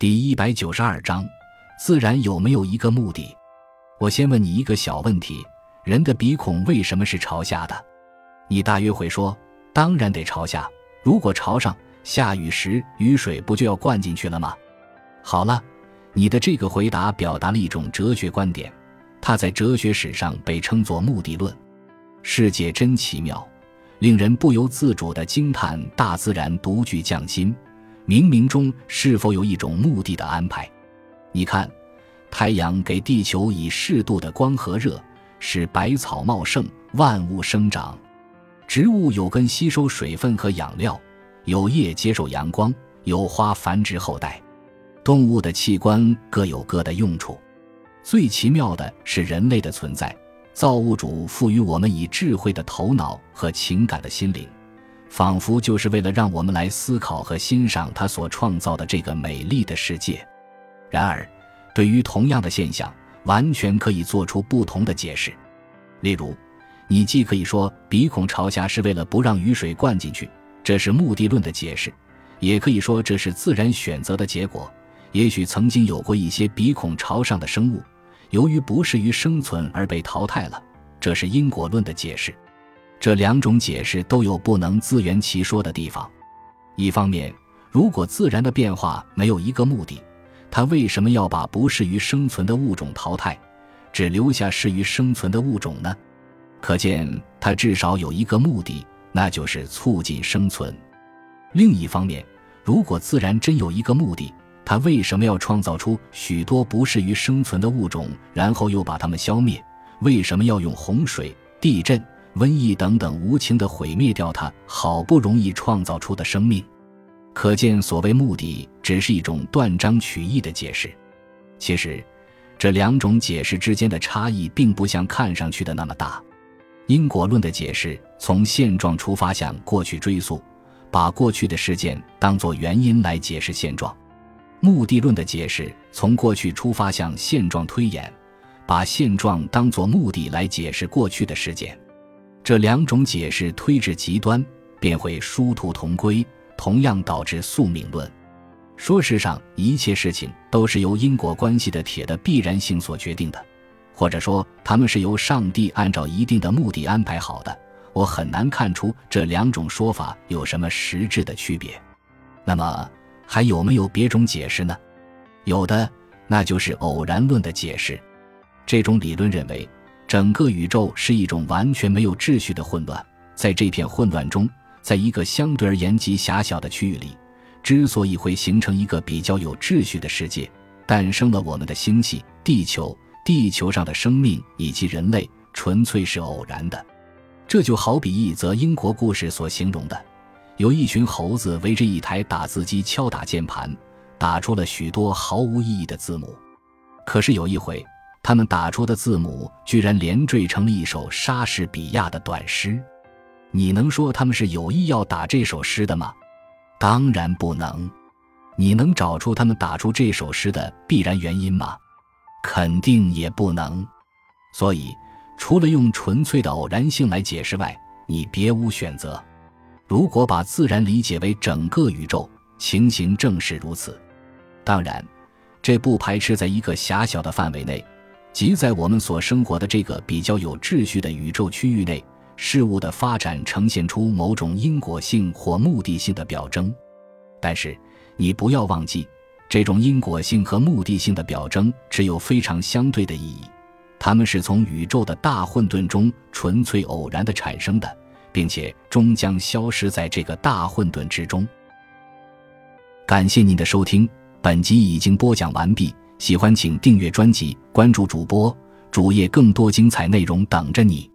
第192章，自然有没有一个目的？我先问你一个小问题，人的鼻孔为什么是朝下的？你大约会说，当然得朝下，如果朝上，下雨时雨水不就要灌进去了吗？好了，你的这个回答表达了一种哲学观点，它在哲学史上被称作目的论。世界真奇妙，令人不由自主地惊叹大自然独具匠心，冥冥中是否有一种目的的安排。你看，太阳给地球以适度的光和热，使百草茂盛，万物生长。植物有根吸收水分和养料，有叶接受阳光，有花繁殖后代。动物的器官各有各的用处。最奇妙的是人类的存在，造物主赋予我们以智慧的头脑和情感的心灵，仿佛就是为了让我们来思考和欣赏他所创造的这个美丽的世界。然而，对于同样的现象，完全可以做出不同的解释。例如，你既可以说鼻孔朝下是为了不让雨水灌进去，这是目的论的解释，也可以说这是自然选择的结果。也许曾经有过一些鼻孔朝上的生物，由于不适于生存而被淘汰了，这是因果论的解释。这两种解释都有不能自圆其说的地方。一方面，如果自然的变化没有一个目的，它为什么要把不适于生存的物种淘汰，只留下适于生存的物种呢？可见它至少有一个目的，那就是促进生存。另一方面，如果自然真有一个目的，它为什么要创造出许多不适于生存的物种，然后又把它们消灭？为什么要用洪水、地震、瘟疫等等无情地毁灭掉它好不容易创造出的生命？可见所谓目的只是一种断章取义的解释。其实，这两种解释之间的差异并不像看上去的那么大。因果论的解释从现状出发向过去追溯，把过去的事件当作原因来解释现状。目的论的解释从过去出发向现状推演，把现状当作目的来解释过去的事件。这两种解释推至极端，便会殊途同归，同样导致宿命论。说世上一切事情都是由因果关系的铁的必然性所决定的，或者说它们是由上帝按照一定的目的安排好的，我很难看出这两种说法有什么实质的区别。那么还有没有别种解释呢？有的，那就是偶然论的解释。这种理论认为，整个宇宙是一种完全没有秩序的混乱，在这片混乱中，在一个相对而言极狭小的区域里，之所以会形成一个比较有秩序的世界，诞生了我们的星系、地球，地球上的生命以及人类，纯粹是偶然的。这就好比一则英国故事所形容的，有一群猴子围着一台打字机敲打键盘，打出了许多毫无意义的字母。可是有一回，他们打出的字母居然连缀成了一首莎士比亚的短诗。你能说他们是有意要打这首诗的吗？当然不能。你能找出他们打出这首诗的必然原因吗？肯定也不能。所以，除了用纯粹的偶然性来解释外，你别无选择。如果把自然理解为整个宇宙，情形正是如此。当然，这不排斥在一个狭小的范围内，即在我们所生活的这个比较有秩序的宇宙区域内，事物的发展呈现出某种因果性或目的性的表征。但是，你不要忘记，这种因果性和目的性的表征只有非常相对的意义，它们是从宇宙的大混沌中纯粹偶然地产生的，并且终将消失在这个大混沌之中。感谢您的收听，本集已经播讲完毕，喜欢请订阅专辑，关注主播，主页更多精彩内容等着你。